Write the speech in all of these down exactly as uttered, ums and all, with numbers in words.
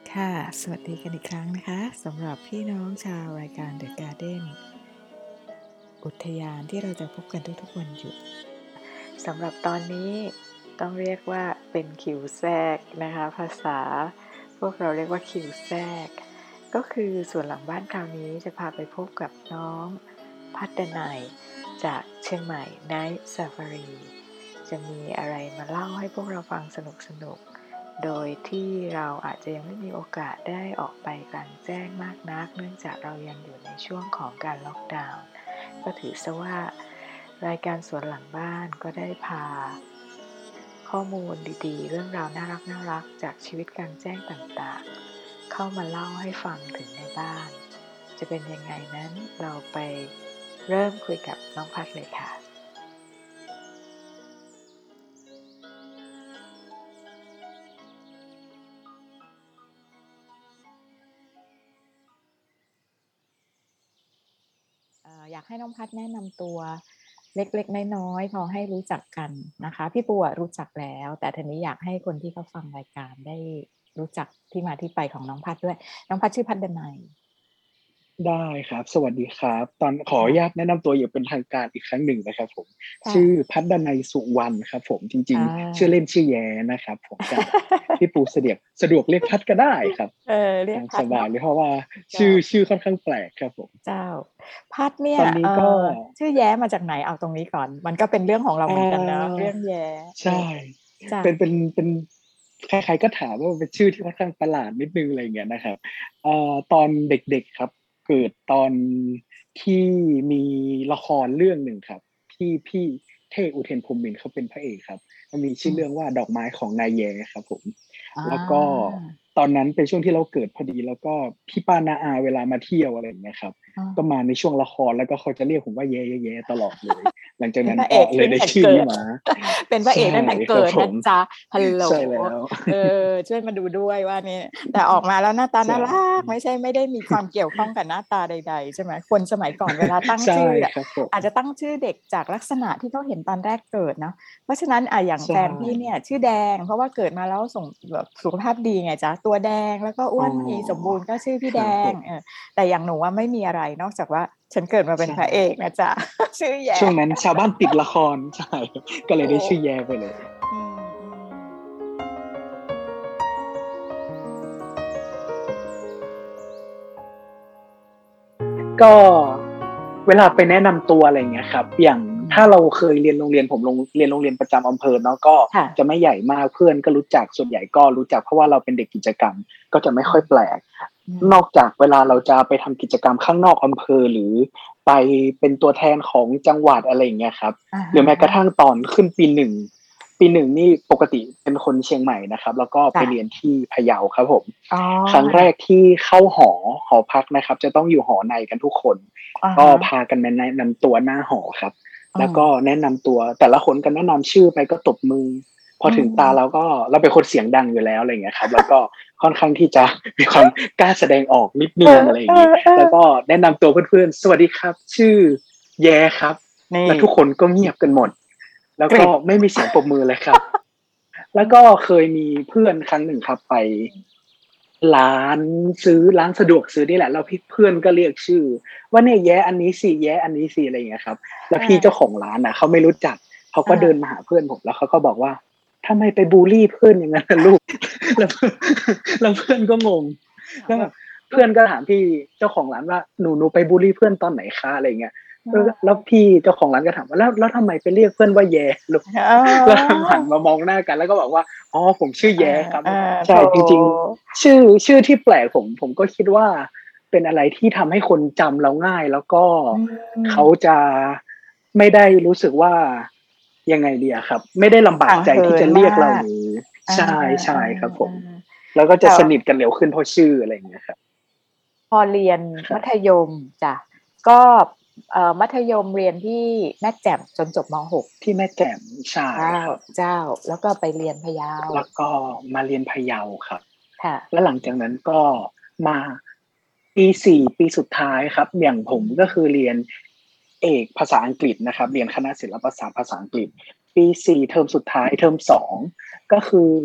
ค่ะสวัสดีกันอีกครั้งนะคะสำหรับพี่น้องชาวรายการ The Garden อุทยานที่เราจะพบกันทุกๆวันหยุดสำหรับตอนนี้ต้องเรียกว่าเป็นคิวแทรกนะคะภาษาพวกเราเรียกว่าคิวแทรกก็คือส่วนหลังบ้านคราวนี้จะพาไปพบกับน้องพัฒนัยจากเชียงใหม่ Night Safari จะมีอะไรมาเล่าให้พวกเราฟังสนุกๆโดยที่เราอาจจะยังไม่มีโอกาสได้ออกไปกลางแจ้งมากนักเนื่องจากเรายังอยู่ในช่วงของการล็อกดาวน์ก็ถือซะว่ารายการสวนหลังบ้านก็ได้พาข้อมูลดีๆเรื่องราวน่ารักๆจากชีวิตกลางแจ้งต่างๆเข้ามาเล่าให้ฟังถึงในบ้านจะเป็นยังไงนั้นเราไปเริ่มคุยกับน้องพัดเลยค่ะอยากให้น้องพัดแนะนำตัวเล็กๆน้อยๆพอให้รู้จักกันนะคะพี่ปูรู้จักแล้วแต่ทีนี้อยากให้คนที่เขาฟังรายการได้รู้จักที่มาที่ไปของน้องพัดด้วยน้องพัดชื่อพัฒนัยได้ครับสวัสดีครับตอนขออนุญาตค่ะแนะนำตัวอย่างเป็นทางการอีกครั้งหนึ่งนะครับผมค่ะชื่อพัฒนัยสุวรรณครับผมจริงอ่ๆชื่อเล่นาชื่อแย้นะครับผมแต่พี่ปูสะดวกสะดวกเรียกพัดก็ได้ครับเออเรียกตามสบายพัดเนาะเลยเพราะว่าเจ้าชื่อชื่อค่อนข้างแปลกครับผมเจ้าพัดเนี่ตยเออนนี้ก็อชื่อแย้มาจากไหนเอาตรงนี้ก่อนมันก็เป็นเรื่องของเราเอ่เหมือนกันนะอเรื่องแย้เออใช่จ้ะเป็นเป็นเป็นใครๆก็ถามว่ามันเป็นชื่อที่ค่อนข้างประหลาดนิดนึงอะไรอย่างเงี้ยนะครับเอ่อตอนเด็กๆครับเกิดตอนที่มีละครเรื่องหนึ่งครับที่พี่เท่อุเทนพรหมมินทร์เขาเป็นพระเอกครับมันมีอืชื่อมเรื่องว่าดอกไม้ของนายแย้ครับผมอ่แล้วก็าตอนนั้นเป็นช่วงที่เราเกิดพอดีแล้วก็พี่ป้าน้าอาเวลามาเที่ยวอะไรอย่างเงี้ยครับอ๋อก็มาในช่วงละครแล้วก็เขาจะเรียกผมว่าแย้ๆๆตลอดเลยหลังจากเป็นนั้นก็พระเอกเลยได้ตั้งแต่เกิดชื่อนี้มาเป็นพระเอกใช่ตั้งแต่เกิดครับผมนะจ๊ะฮัลโหลใช่แล้วเออช่วยมาดูด้วยว่านี่แต่ออกมาแล้วหน้าตาน่าใช่รักไม่ใช่ไม่ได้มีความเกี่ยวข้องกับหน้าตาใดๆใช่ไหมคนสมัยก่อนเวลาตั้งใช่ชื่ออ่ะครับผมอาจจะตั้งชื่อเด็กจากลักษณะที่เขาเห็นตอนแรกเกิดเนาะเพราะฉะนั้นอ่ะอย่างใช่แฟนพี่เนี่ยชื่อแดงเพราะว่าเกิดมาแล้วส่งแบบสุขภาพดีไงจ๊ะตัวแดงแล้วก็อ้อ๋วนดีสมบูอรณ์ก็ชื่อพี่แดครับผมงเออแต่อย่างหนูว่าไม่มีอะไรนอกจากว่าฉันเกิดมาเป็นใช่พระเอกนะจ๊ะชื่อแย่ช่วงนั้นชาวบ้านติดละครใช่ก็เลยได้ถูกชื่อแย่ไปเลยอืมอืมก็เวลาไปแนะนำตัวอะไรอย่างเงี้ยครับอย่างอืมถ้าเราเคยเรียนโรงเรียนผมโรงเรียนโรงเรียนประจำอำเภอเนาะก็ค่ะจะไม่ใหญ่มากเพื่อนก็รู้จักส่วนใหญ่ก็รู้จักเพราะว่าเราเป็นเด็กกิจกรรมก็จะไม่อืมค่อยแปลกอืมนอกจากเวลาเราจะไปทำกิจกรรมข้างนอกอำเภอหรือไปเป็นตัวแทนของจังหวัดอะไรอย่างเงี้ยครับอ่าฮหรือแม้กระะทั่งตอนขึ้นปีหนึ่งปีหนึ่งนี่ปกติเป็นคนเชียงใหม่นะครับแล้วก็ไปจ้ะเรียนที่พะเยาครับผมอ๋อครั้งแรกที่เข้าหอหอพักนะครับจะต้องอยู่หอในกันทุกคน ก็อ่าฮะพากันมาแนะนำตัวหน้าหอครับอืมแล้วก็แนะนำตัวแต่ละคนก็แนะนำชื่อไปก็ตบมือพออืถึงตาเรามก็เราเป็นคนเสียงดังอยู่แล้วอะไรเงี้ยครับแล้วก็ค่อนข้างที่จะมีความกล้าแสดงออกนิดเอนึงอเอออะไรอย่างนี้เออแล้วก็แนะนำตัวเพื่อนๆสวัสดีครับชื่อแย้ครับนี่แล้วทุกคนก็เงียบกันหมดแล้วก็กริบไม่มีเสียงปรบมือเลยครับแล้วก็เคยมีเพื่อนครั้งหนึ่งครับไปร้านซื้อร้านสะดวกซื้อนี่แหละแล้วพี่เพื่อนก็เรียกชื่อ ว่าเนี่ยแย้อันนี้สิแย้อันนี้สิอะไรอย่างเงี้ยครับแล้วพี่เจ้าเออของร้านอ่ะเขาไม่รู้จักเขาก็เดินเออมาหาเพื่อนผมแล้วเขาก็บอกว่าทำไมไปบูลลี่เพื่อนอย่างนั้นล่ะลูกแล้วแล้วเพื่อนก็งงแล้วแบบเพื่อนก็ถามพี่เจ้าของร้านว่าหนูหนูไปบูลลี่เพื่อนตอนไหนคะอะไรเงี้ยเแล้วแล้วออพี่เจ้าของร้านก็ถามว่าแล้วแล้วทำไมไปเรียกเพื่อนว่าแย่ลูกเแล้วออหันมามองหน้ากันแล้วก็บอกว่าอ๋อผมชื่อเออแย้ครับเออโถใช่จริงๆชื่อชื่อที่แปลกผมผมก็คิดว่า เป็นอะไรที่ทำให้คนจำเราง่ายแล้วก็อืเขามจะไม่ได้รู้สึกว่ายังไงดีอะครับไม่ได้ลำบากห่างเหิใจที่นมาจะเรียกเรากอย่างนี้อ่าใช่อ่าใช่ครับผอ่ามแล้วก็จะแต่สนิทกันเร็วขึ้นเพราะชื่ออะไรอย่างเงี้ยครับพอเรียนมัธครับยมจ้ะก็เอ่อมัธยมเรียนที่แม่แจ่มจนจบม .หกที่แม่แจ่มใช่เจ้าครับเจ้าแล้วก็ไปเรียนพะเยาแล้วก็มาเรียนพะเยาครับค่ะแล้วหลังจากนั้นก็มาปีสี่ปีสุดท้ายครับอย่างผมก็คือเรียนเอกภาษาอังกฤษนะครับเรียนคณะศิลปศาสตร์ภาษาอังกฤษปีสี่เทอมสุดท้ายเทอมสองก็คือ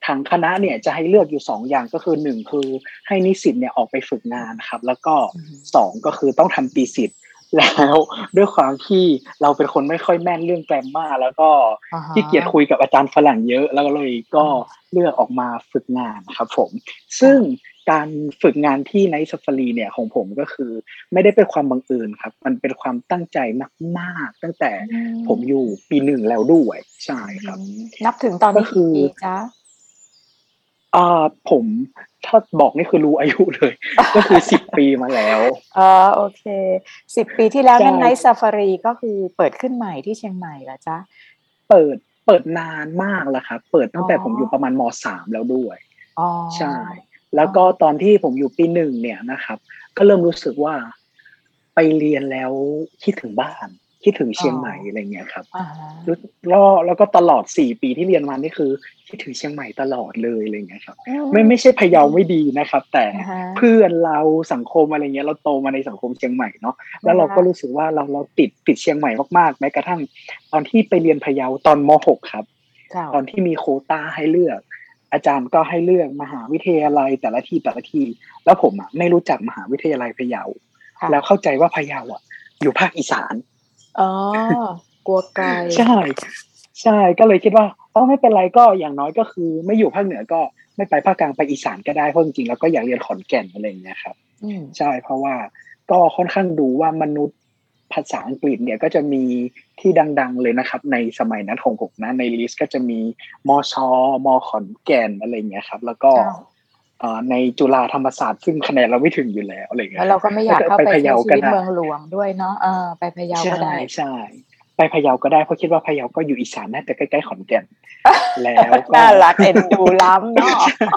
ทางคณะเนี่ยจะให้เลือกอยู่สองอย่างก็คือหนึ่งคือให้นิสิตเนี่ยออกไปฝึกงานครับแล้วก็อือฮึสองก็คือต้องทำ thesis แล้วด้วยความที่เราเป็นคนไม่ค่อยแม่นเรื่อง grammar แล้วก็อะฮะขี้เกียจคุยกับอาจารย์ฝรั่งเยอะแล้วก็เลยอ๋อก็เลือกออกมาฝึกงานครับผมค่ะซึ่งการฝึกงานที่ Night Safari เนี่ยของผมก็คือไม่ได้เป็นความบังเอิญครับมันเป็นความตั้งใจมากๆตั้งแต่อืผมอยู่มปีหนึ่งแล้วด้วยใช่อือฮึครับนับถึงตอนนี้กี่ก็คือปีจ๊ะอ่าผมถ้าบอกนี่คือรู้อายุเลยก็คือสิบปีมาแล้วอ๋อโอเคสิบปีที่แล้วใช่นั่น Night Safari ก็คือเปิดขึ้นใหม่ที่เชียงใหม่เหรอจ๊ะเปิดเปิดนานมากแล้วครับเปิดอ๋ตั้งแต่ผมอยู่ประอมาณมสามแล้วด้วยอ๋อใช่อ๋แล้วก็ตออนที่ผมอยู่ปีหนึ่งเนี่ยนะครับก็เริ่มรู้สึกว่าไปเรียนแล้วคิดถึงบ้านคิดถึงอ๋อเชียงใหม่อะไรเงี้ยครับอะฮะรู้แล้วแล้วก็ตลอดสี่ปีที่เรียนมานี่คือคิดถึงเชียงใหม่ตลอดเลยอะไรเงี้ยครับอืไม่มไม่ใช่พะเยาไม่ดีนะครับแต่อะฮะเพื่อนเราสังคมอะไรเงี้ยเราโตมาในสังคมเชียงใหม่เนาะอะแล้วเราก็ฮะรู้สึกว่าเราเราติดติดเชียงใหม่มากๆแม้กระทั่งตอนที่ไปเรียนพะเยาตอนม .หก ครับเจ้าตอนที่มีโควตาให้เลือกอาจารย์ก็ให้เลือกมหาวิทยาลัยแต่ละที่แต่ละที่แล้วผมอะไม่รู้จักมหาวิทยาลัยพะเยาค่ะแล้วเข้าใจว่าพะเยาอะอยู่ภาคอีสานอ๋อกลัวไกลใช่ใช่ก็เลยคิดว่าอ๋อไม่เป็นไรก็อย่างน้อยก็คือไม่อยู่ภาคเหนือก็ไม่ไปภาคกลางไปอีสานก็ได้เพราะจริงๆแล้วก็อยากเรียนขอนแก่นอะไรอย่างเงี้ยครับอืมใช่เพราะว่าก็ค่อนข้างดูว่ามนุษย์ภาษาอังกฤษเนี่ยก็จะมีที่ดังๆเลยนะครับในสมัยนั้นของผมนะในลิสต์ก็จะมีมชมขอนแก่นอะไรอย่างเงี้ยครับแล้วก็เจ้าอ่าในจุฬาธรรมศาสตร์ซึ่งคะแนนเราไม่ถึงอยู่แล้วอะไรอย่างแล้วเงี้ยครับเราก็ไม่อแล้วก็ยากเข้าไปไปพะเยาใช้ชีวิตก็ได้เมืองหลวงด้วยเนาะเออไปพะเยาใช่ก็ได้ใช่ไปพะเยาก็ได้เพราะคิดว่าพะเยาก็อยู่อีสานน่าจะใกล้ๆขอนแก่นแล้วก็น่ารักเอ็นดูล้ำเนาะใช่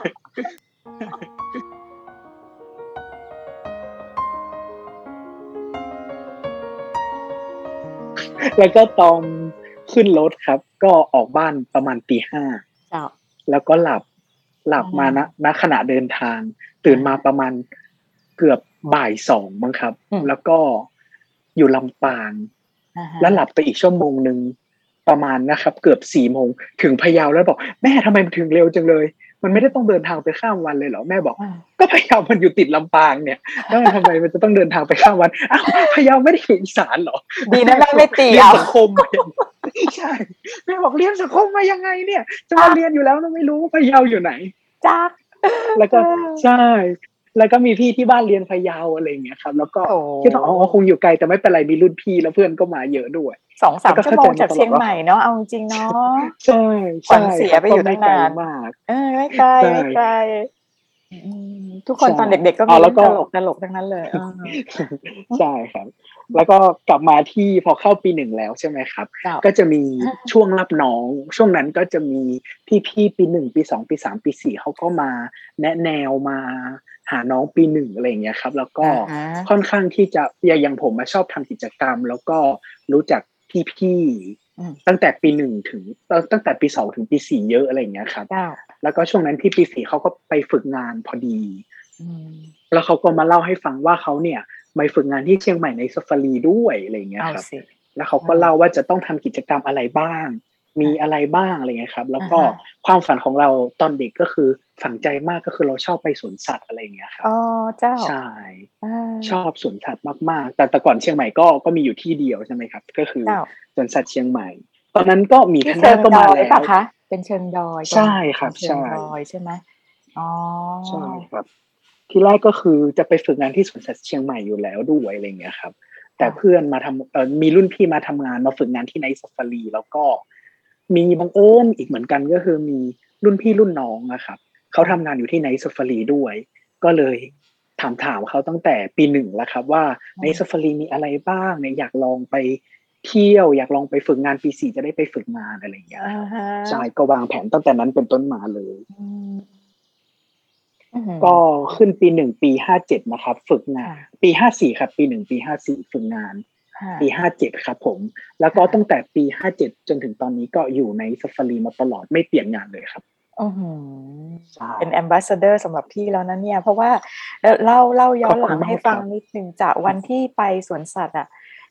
แล้วก็ตอนขึ้นรถครับก็ออกบ้านประมาณตีห้าเจ้าแล้วก็หลับหลับมาณอาณขณะเดินทางตื่นอะฮะมาประมาณเกือบบ่ายสองมั้งครับอืมแล้วก็อยู่ลำปางอะฮะแล้วหลับไปอีกชั่วโมงหนึ่งประมาณนะครับเกือบสี่โมงถึงพะเยาแล้วบอกแม่ทำไมมันถึงเร็วจังเลยมันไม่ได้ต้องเดินทางไปข้ามวันเลยเหรอแม่บอกอาก็พะเยามันอยู่ติดลำปางเนี่ยแล้วมันทำไมมันจะต้องเดินทางไปข้ามวันอ้าวพะเยาไม่ได้อยู่อีสานเหรอดีนะแม่แม่ไม่บอกเรียนตีเอาสังคมมาอย่างใช่แม่บอกเรียนสังคมมายังไงเนี่ยจะมาจักเรียนอยู่แล้วแล้วไม่รู้ว่าพะเยาอยู่ไหนจักแล้วเอก็อใช่แล้วก็มีพี่ที่บ้านเรียนพะเยาอะไรอย่างเงี้ยครับแล้วก็โถคิดว่าอ๋อคงอยู่ไกลแต่ไม่เป็นไรมีรุ่นพี่แล้วเพื่อนก็มาเยอะด้วยแล้วสองถึงสามก็เข้าใจมาชั่วโมงจากตลอดว่าเชียงใหม่เนาะเอาจริงๆเนาะใช่ขวัใช่ญเสีครับยไปอยู่ก็ไม่ไกลตั้งนานมากเออไม่ไกลใช่ไม่ไกลอืมทุกคนใช่ตอนเด็กๆก็อ๋อแล้วก็มีเรื่องตลกๆทั้งนั้นเลยเออใช่ครับแล้วก็กลับมาที่พอเข้าปีหนึ่งแล้วใช่ไหมครับเจ้าก็จะมีช่วงรับน้องช่วงนั้นก็จะมีพี่ๆปีหนึ่งปีสองปีสามปีสี่เขาก็มาแนะแนวมาหาน้องปีหนึ่งอะไรอย่างเงี้ยครับแล้วก็อะฮะค่อนข้างที่จะอย่างอย่างผมอะชอบทำกิจกรรมแล้วก็รู้จักพี่อืมๆตั้งแต่ปีหนึ่งถึงเอ่อตั้งแต่ปีสองถึงปีสี่เยอะอะไรอย่างเงี้ยครับเจ้าแล้วก็ช่วงนั้นพี่ปีสี่เขาก็ไปฝึกงานพอดีอืมแล้วเขาก็มาเล่าให้ฟังว่าเขาเนี่ยไปฝึกงานที่เชียงใหม่ในซาฟารีด้วยอะไรอย่างเงี้ยครับเอาสิแล้วเขาเออก็เล่าว่าจะต้องทำกิจกรรมอะไรบ้าง มีอะอะไรบ้างอะไรเงี้ยครับแล้วก็อะฮะความฝันของเราตอนเด็กก็คือฝังใจมากก็คือเราชอบไปสวนสัตว์อะไรอย่างเงี้ยครับอ๋อเจ้าใช่เออชอบสวนสัตว์มากๆแต่แต่ก่อนเชียงใหม่ก็ก็มีอยู่ที่เดียวใช่ไหมครับก็คือเจ้าสวนสัตว์เชียงใหม่ตอนนั้นก็หมีแพที่นด้าก็เชิงดอยมาแล้วเปล่าคะเป็นเชิงดอยตรงใช่นั้นครับใช่เป็นเชิงดอยใช่ไหมอ๋อใช่ครับ ทีแรกก็คือจะไปฝึกงานที่สวนสัตว์เชียงใหม่อยู่แล้วด้วยอะไรอย่างเงี้ยครับแต่ค่ะเพื่อนมาทำเอ่อมีรุ่นพี่มาทำงานมาฝึกงานที่ Night Safari แล้วก็มีบังเอิญอีกเหมือนกันก็คือมีรุ่นพี่รุ่นน้องอะครับเขาค่ะทำงานอยู่ที่ Night Safari ด้วยก็เลยถามถามเขาตั้งแต่ปีหนึ่งแล้วครับว่าอื Night ม Safari มีอะไรบ้างเนี่ยอยากลองไปเที่ยวอยากลองไปฝึกงานปีสี่จะได้ไปฝึกงานอะไรอย่างเงี้ยอะครับฮะใช่ก็วางแผนตั้งแต่นั้นเป็นต้นมาเลยอืมอื้อฮือก็ขึ้นปีหนึ่งปีห้าเจ็ดนะครับฝึกงานค่ะปีห้าสี่ครับปีหนึ่งปีห้าสี่ฝึกงานค่ะปีห้าเจ็ดครับผมแล้วก็ตั้งค่ะแต่ปีห้าเจ็ดจนถึงตอนนี้ก็อยู่ใน Safari มาตลอดไม่เปลี่ยนงานเลยครับอื้อฮือใช่เป็น Ambassador สำหรับพี่แล้วนะเนี่ยเพราะว่าเอ่อเล่าเล่าย้อนหลัขอบคุณงให้ฟังมากครับนิดหนึ่งจากวันที่ไปสวนสัตว์อะ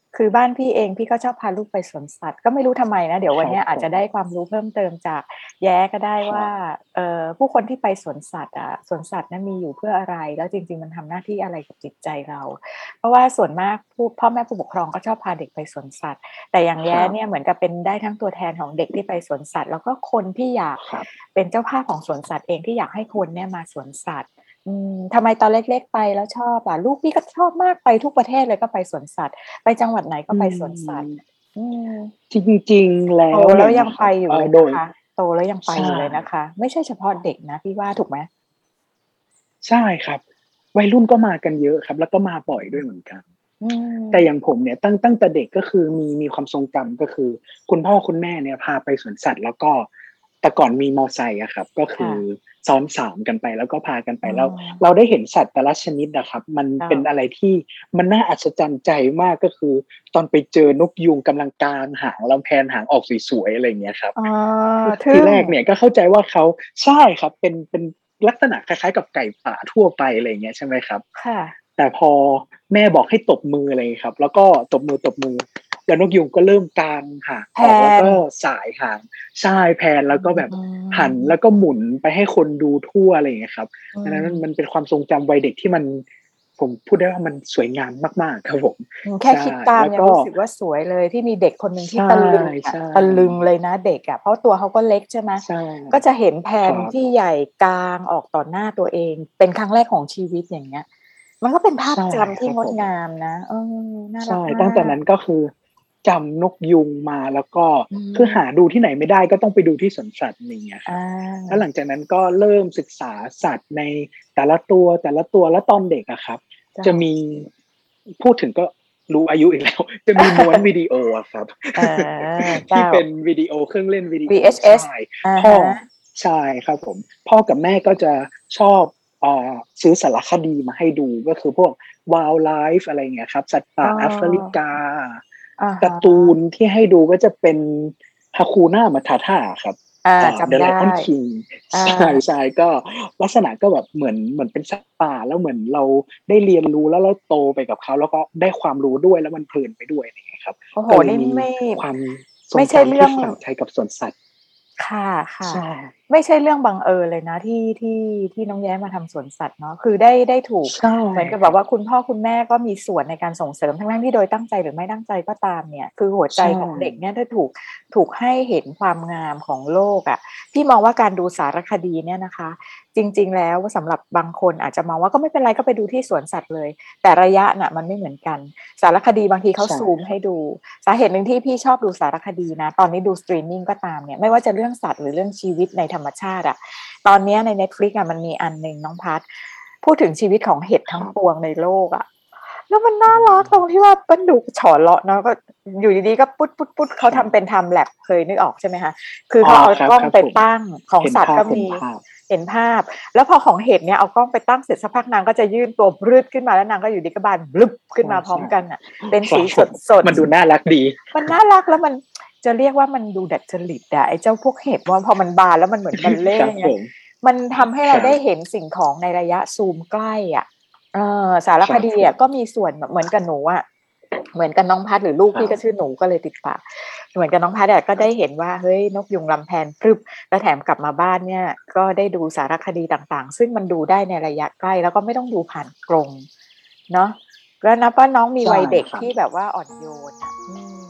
คือบ้านพี่เองพี่ก็ชอบพาลูกไปสวนสัตว์ก็ไม่รู้ทำไมนะเดี๋ยวครับวันเนี้ยอาจจะผมได้ความรู้เพิ่มเติมจากแย้ก็ได้ว่าครับเอ่อผู้คนที่ไปสวนสัตว์อะสวนสัตว์นั้นมีอยู่เพื่ออะไรแล้วจริงๆมันทำหน้าที่อะไรกับจิตใจเราเพราะว่าส่วนมากผู้พ่อแม่ผู้ปกครองก็ชอบพาเด็กไปสวนสัตว์แต่อย่างคแย้รับเนี่ยเหมือนกับเป็นได้ทั้งตัวแทนของเด็กที่ไปสวนสัตว์แล้วก็คนที่อยากครับเป็นเจ้าภาพของสวนสัตว์เองที่อยากให้คนเนี่ยมาสวนสัตว์ อืมทำไมตอนเล็กๆไปแล้วชอบอะลูกพี่ก็ชอบมากไปทุกประเทศเลยก็ไปสวนสัตว์ไปจังหวัดไหนก็อืไปสวนสัตว์มอืมจริงๆแล้โตวแล้วยังเนี่ยนะครับไปอยู่เอ่อโดยเลยนะคะโตแล้วยังไปใช่อยู่เลยนะคะไม่ใช่เฉพาะเด็กนะพี่ว่าถูกไหมใช่ครับวัยรุ่นก็มากันเยอะครับแล้วก็มาบ่อยด้วยเหมือนกันอืแต่อย่างมผมเนี่ยตั้งตั้งแต่เด็กก็คือมีมีความทรงจำก็คือคุณพ่อคุณแม่เนี่ยพาไปสวนสัตว์แล้วก็แต่ก่อนมีมอไซค์อะครับก็คือค่ะซ้อนสามกันไปแล้วก็พากันไปอ๋แล้วอเราได้เห็นสัตว์แต่ละชนิดอะครับมันเป็นอะค่ะไรที่มันน่าอัศจรรย์ใจมากก็คือตอนไปเจอนกยูงกำลังกางหางแล้วแพนหางออกสวยๆอะไรอย่างเงี้ยครับอ๋อคือทึ่งทีแรกเนี่ยก็เข้าใจว่าเขาใช่ครับเป็นเป็นลักษณะคล้ายๆกับไก่ป่าทั่วไปอะไรอย่างเงี้ยใช่ไหมครับค่ะแต่พอแม่บอกให้ตบมืออะไรครับแล้วก็ตบมือตบมือแล้วนกยูงก็เริ่มกางหางแพออกแล้วนก็ส่ายหางใช่แพนอืแล้วก็แบบหันมแล้วก็หมุนไปให้คนดูทั่วอะไรอย่างเงี้ยครับอืดังนั้นมันมันมเป็นความทรงจำวัยเด็กที่มันผมพูดได้ว่ามันสวยงามมากๆครับผมอืมแค่ใช่คิดตามแล้วก็ยังรู้สึกว่าสวยเลยที่มีเด็กคนหนึ่งที่ใช่ตะลึงอะใช่ตะลึงเลยนะเด็กอะเพราะตัวเขาก็เล็กใช่ไหมใช่ก็จะเห็นแผนครับที่ใหญ่กลางออกต่อหน้าตัวเองเป็นครั้งแรกของชีวิตอย่างเงี้ยมันก็เป็นภาพใช่จำคที่งดรับผมงามนะเออน่ารักใช่มาตั้งแต่กนั้นก็คือจำนกยูงมาแล้วก็อืคือหามดูที่ไหนไม่ได้ก็ต้องไปดูที่สวนสัตว์อย่างเงี้ยคอรับแล้วาหลังจากนั้นก็เริ่มศึกษาสัตว์ในแต่ละตัวแต่ละตัวแล้วตอนเด็กอะครับเจ้าจะมีพูดถึงก็รู้อายุอีกแล้วจะมีม้วนวิดีโออะครับเออที่เจ้าเป็นวิดีโอเครื่องเล่นวิดีโอวี เอช เอสใช่พ่ออะฮะใช่ครับผมพ่อกับแม่ก็จะชอบเอ่อซื้อสารคดีมาให้ดูก็คือพวก Wildlife อะไรเงี้ยครับสัตว์อ๋ป่าแอฟริอกาอะฮการ์ตูะนที่ให้ดูก็จะเป็น Hakuna Matata ครับอาอ่า The จำได้ Lion King อาใช่ๆก็ลักษณะก็แบบเหมือนเหมือนเป็นสัตว์ป่าแล้วเหมือนเราได้เรียนรู้แล้วเราโตไปกับเขาแล้วก็ได้ความรู้ด้วยแล้วมันเพลินไปด้วยอะไรอย่างเงี้ยครับโอ้โฮก็เลยมีนี่ไม่ความทรไม่งจำที่ใช่เรื่องฝังใจกับสวนสัตว์ค่ะค่ะใช่ไม่ใช่เรื่องบังเอิญเลยนะที่ที่ที่น้องแย้มมาทำสวนสัตว์เนาะคือได้ได้ถูกใช่เหมือนกับครับแบบว่าคุณพ่อคุณแม่ก็มีส่วนในการส่งเสริมทั้งๆที่โดยตั้งใจหรือไม่ตั้งใจก็ตามเนี่ยคือหัวใจใช่ของเด็กเนี่ยได้ถูกถูกให้เห็นความงามของโลกอะพี่มองว่าการดูสารคดีเนี่ยนะคะจริงๆแล้วสำหรับบางคนอาจจะมองว่าก็ไม่เป็นไรก็ไปดูที่สวนสัตว์เลยแต่ระยะน่ะมันไม่เหมือนกันสารคดีบางทีเขาใช่ซูมครับให้ดู สาเหตุหนึ่งที่พี่ชอบดูสารคดีนะตอนนี้ดูสตรีมมิงก็ตามเนี่ยไม่ว่าจะเรื่องสัตว์หรือเรื่องชีวิตในธรรมชาติอะตอนเนี้ยใน Netflix อะมันมีอันหนึ่งน้องพัดพูดถึงชีวิตของเห็ดทั้งครับปวงในโลกอะแล้วมันอืน่ารักตรงมที่ว่ามันดูเฉาะเลาะเนาะก็อยู่ดีๆก็ปุ๊ดๆๆเขาครับทำเป็น time lapse เคยนึกออกใช่ไหมคะคืออ๋อเขาเอาครับกล้องไปครับผมตั้งของเห็นภาพสัตว์ก็มีเห็นภาพเห็นภาพแล้วพอของเห็ดเนี่ยเอากล้องไปตั้งเสร็จสักพักนางก็จะยื่นตัวพรึดขึ้นมาแล้วนางก็อยู่ดีก็บานบลึบขึ้นมาพร้อมใช่กันน่ะเป็นๆครัสีบผมสดๆมันดูน่ารักดีมันน่ารักแล้วมันจะเรียกว่ามันดูดัดจริตอะไอ้เจ้าพวกเห็บว่าพอมันบานแล้วมันเหมือนบัลเล่ต์ไงครับผมมันทำให้เราครับได้เห็นสิ่งของในระยะซูมใกล้อะเออสารครับผมคดีอะก็มีส่วนแบบเหมือนกับหนูอะเหมือนกับน้องพัดหรือลูกครับพี่ก็ชื่อหนูก็เลยติดปากเหมือนกับน้องพัดอะก็ได้เห็นว่าเฮ้ยนกยูงลำแพนพรึบแล้วแถมกลับมาบ้านเนี่ยก็ได้ดูสารคดีต่างๆซึ่งมันดูได้ในระยะใกล้แล้วก็ไม่ต้องดูผ่านกรงเนาะก็นับว่าน้องมีใช่วัยเด็กครับที่แบบว่าอ่อนโยนอะอืม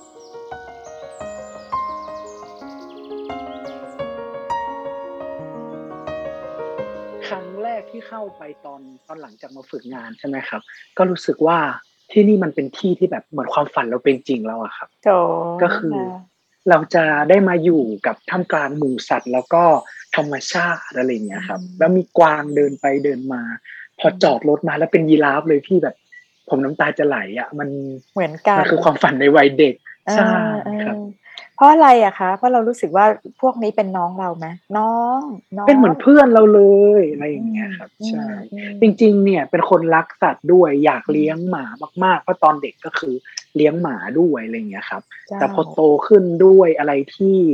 ครั้งแรกที่เข้าไปตอนตอนหลังจากมาฝึกงานใช่ไหมครับก็รู้สึกว่าที่นี่มันเป็นที่ที่แบบเหมือนความฝันเราเป็นจริงแล้วอะครับโถก็คือนะคะเราจะได้มาอยู่กับท่ามกลางหมู่สัตว์แล้วก็ธรรมชาติอะไรอย่างเงี้อืยครับแล้วมีมกวางเดินไปเดินมาพออืมจอดรถมาแล้วเป็นยีราฟเลยพี่แบบผมน้ำตาจะไหลอะมันเหมือนกันมันคือความฝันในวัยเด็กเอใช่อครับๆเพราะอะไรอะคะเพราะเรารู้สึกว่าพวกนี้เป็นน้องเราไหมน้องน้เป็นเหมืองอนเพื่อนเราเลยอะไรออืย่างเงี้มยครับอืใช่มจริงๆเนี่ยเป็นคนรักสัตว์ด้วยอยากๆอืมเลี้ยงหมามากๆเพราะตอนเด็กก็คือเลี้ยงหมาด้วยอะไรอย่างเงี้ยครับแต่เจ้าพอโตขึ้นด้วยอะไรที่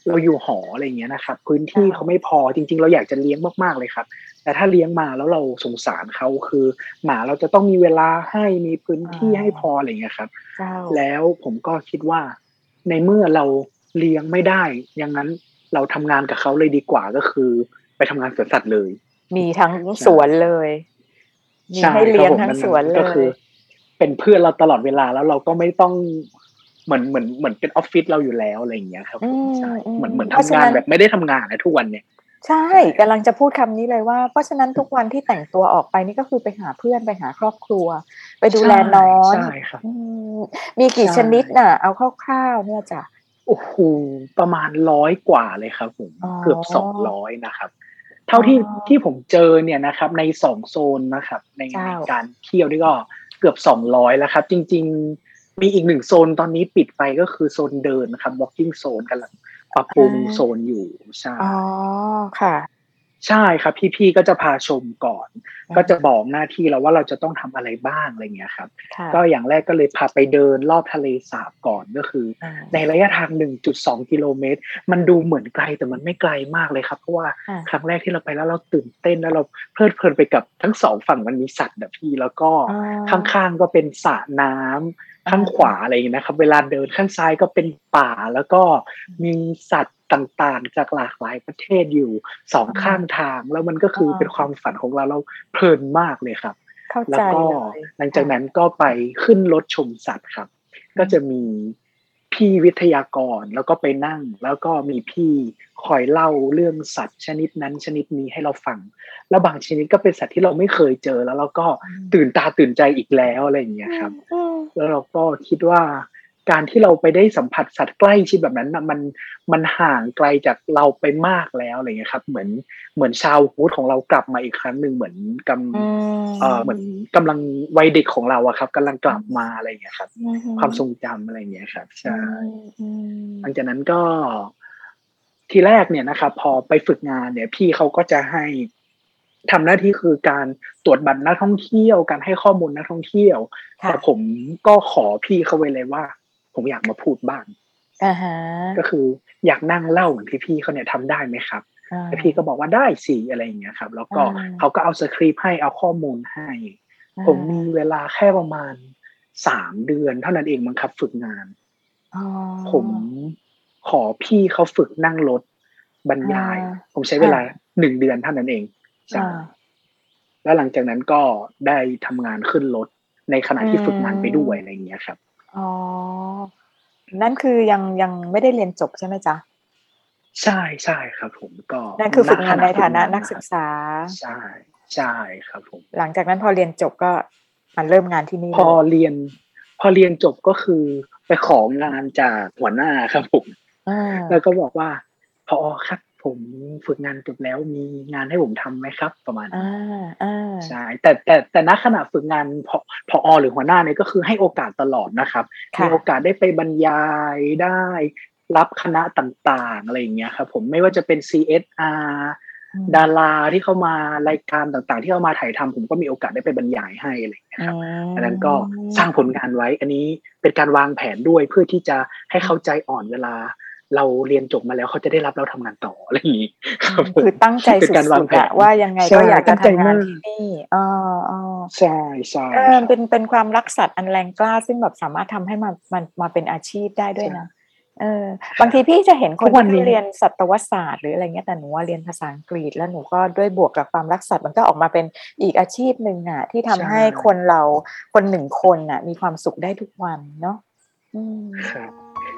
เราอยู่หออะไรอย่างเงี้ยนะครับพื้นที่เขาค่ะไม่พอจริงๆเราอยากจะเลี้ยงมากๆเลยครับแต่ถ้าเลี้ยงมาแล้วเราสงสารเขาคือหมาเราจะต้องมีเวลาให้มีพื้นอาที่ให้พออะไรอย่างเงี้ยครับเจ้าแล้วผมก็คิดว่าในเมื่อเราเลี้ยงไม่ได้อย่างงั้นเราทำงานกับเขาเลยดีกว่าก็คือไปทำงานสวนสัตว์เลยมีทั้งสใช่วนเลยมีใช่ให้ครับเลี้ยงทั้งผมนั่นนั้นสวนเลยก็คือเป็นเพื่อนเราตลอดเวลาแล้วเราก็ไม่ต้องเหมือนเหมือนเหมือนเป็นออฟฟิศเราอยู่แล้วอะไรอย่างเงี้ยครับอืผมมใช่อืมเหมือนเหมือนทำเพราะฉะนั้นงานแบบไม่ได้ทำงานอะทุกวันเนี่ยใช่ใช่ครับกำลังจะพูดคำนี้เลยว่าเพราะฉะนั้นทุกวันที่แต่งตัวออกไปนี่ก็คือไปหาเพื่อนไปหาครอบครัวไปดูแลใช่น้อนใช่ครับอืมมีกี่ใช่ชนิดน่ะเอาคร่าวๆเนี่ยจ้ะโอ้โฮประมาณร้อยกว่าเลยครับผมอ๋เกือบอสองร้อยนะครับอ๋เท่าที่ที่อผมเจอเนี่ยนะครับในสองโซนนะครับในเจ้าในการเที่ยวนี่ก็เกือบสองร้อยแล้วครับจริงๆมีอีกหนึ่งโซนตอนนี้ปิดไปก็คือโซนเดินนะครับ walking zone กำลังปรับปรุงโซอานอยู่ใช่อ๋อค่ะใช่ครับพี่ๆก็จะพาชมก่อนก็จะอาบอกหน้าที่เราว่าเราจะต้องทำอะไรบ้างอะไรเงี้ยครับค่ะก็อย่างแรกก็เลยพาไปเดินรอบทะเลสาบก่อนก็คืออาในระยะทางหนึ่งจุดสองกิโลเมตรมันดูเหมือนไกลแต่มันไม่ไกลมากเลยครับเพราะว่าค่ะครั้งแรกที่เราไปแล้วเราตื่นเต้นแล้วเราเพลิดเพลินไปกับทั้งสองฝั่งมันมีสัตว์อะพี่แล้วก็อ๋อข้างๆก็เป็นสระน้ำข้างขอาวาอะไรอย่างเงี้ยนะครับเวลาเดินข้างซ้ายก็เป็นป่าแล้วก็มีสัตว์ต่างๆจากหลากหลายประเทศอยู่ สองข้างอาทางแล้วมันก็คือเป็นความฝันของเราเราเพลินมากเลยครับเข้าใจแล้วก็เลยหลังจากค่ะนั้นก็ไปขึ้นรถชมสัตว์ครับอืมก็จะมีพี่วิทยากรแล้วก็ไปนั่งแล้วก็มีพี่คอยเล่าเรื่องสัตว์ชนิดนั้นชนิดนี้ให้เราฟังแล้วบางชนิดก็เป็นสัตว์ที่เราไม่เคยเจอแล้วเราก็อืมตื่นตาตื่นใจอีกแล้วอะไรอย่างเงี้อืยครับมแล้วเราก็คิดว่าการที่เราไปได้สัมผัสสัตว์ใกล้ชิดแบบนั้นน่ะมัน มันห่างไกลจากเราไปมากแล้วอะไรเงี้ยครับเหมือนเหมือน childhood ของเรากลับมาอีกครั้งหนึ่งเหมือนกอืำเอ่อเหมือนมกำลังวัยเด็กของเราอะครับกำลังกอืมลับมาอะไรอย่างเงี้ยครับอือฮึความทรงจำอะไรอย่างเงี้ยครับอืใช่มอืมหลังจากนั้นก็ทีแรกเนี่ยนะครับพอไปฝึกงานเนี่ยพี่เขาก็จะให้ทำหน้าที่คือการตรวจบัตรนักท่องเที่ยวการให้ข้อมูลนักท่องเที่ยวแต่ผค่ะมก็ขอพี่เขาไว้เลยว่าผมอยากมาพูดบ้างอะฮะก็คืออยากนั่งเล่าเหมือนพี่ๆเขาเนี่ยทำได้ไหมครับอาแล้วพี่ก็บอกว่าได้สิอะไรอย่างเงี้ยครับแล้วอาก็เขาก็เอาสคริปต์ให้เอาข้อมูลให้ผมมีอาเวลาแค่ประมาณสามเดือนเท่านั้นเองมั้งครับฝึกงานอ๋ผมอขอพี่เขาฝึกนั่งรถบรรอายายผมใช้เวลาค่ะหนึ่งเดือนเท่านั้นเองอาใช่แล้วหลังจากนั้นก็ได้ทำงานขึ้นรถในขณะอืที่ฝึกงานไปด้วยอะไรมอย่างเงี้ยครับอ๋อนั่นคือยังยังไม่ได้เรียนจบใช่ไหมจ๊ะใช่ใช่ครับผมก็นั่นคือณฝึกงานในขณะฝึกฐานะนักงานนะครับศึกษาใช่ใช่ครับผมหลังจากนั้นพอเรียนจบก็มาเริ่มงานที่นี่พอเลยเรียนพอเรียนจบก็คือไปของานจากหัวหน้าครับผมอาแล้วก็บอกว่าผอครับผมฝึกงานจบแล้วมีงานให้ผมทำไหมครับประมาณอานี้อาใช่แต่แต่แต่ณขณะฝึกงานผผอหรือหัวหน้าเนี่ยก็คือให้โอกาสตลอดนะครับมีค่ะโอกาสได้ไปบรรยายได้รับคณะต่างๆอะไรอย่างเงี้ยครับผมไม่ว่าจะเป็น ซี เอส อาร์อืมดาราที่เข้ามารายการต่างๆที่เข้ามาถ่ายทำผมก็มีโอกาสได้ไปบรรยายให้อะไรอย่างเงี้อืยครับอันนั้นก็สร้างผลมงานไว้อันนี้เป็นการวางแผนด้วยเพื่อที่จะให้อืมเขาใจอ่อนเวลาเราเรียนจบมาแล้วเขาจะได้รับเราทำงานต่ออะไรอย่างงี้อืมครับผมคือตั้งใจเป็นการวางแผสุดๆอะนว่ายังไงก็ใช่อยากจะตั้งใจทำงานมากที่นี่เออๆใช่ใช่เออครับเป็นเป็นความรักสัตว์อันแรงกล้าซึ่งแบบสามารถทำให้มันมันมาเป็นอาชีพได้ด้วยใช่นะเออครับบางทีพี่จะเห็นคนที่ทุกวันนี้เขาเรียนสัตวศาสตร์หรืออะไรเงี้ยแต่หนูอะเรียนภาษาอังกฤษแล้วหนูก็ด้วยบวกกับความรักสัตว์มันก็ออกมาเป็นอีกอาชีพหนึ่งอะที่ใช่ทำให้คนเราคนหนึ่งคนน่ะมีความสุขได้ทุกวันเนาะอืมครับ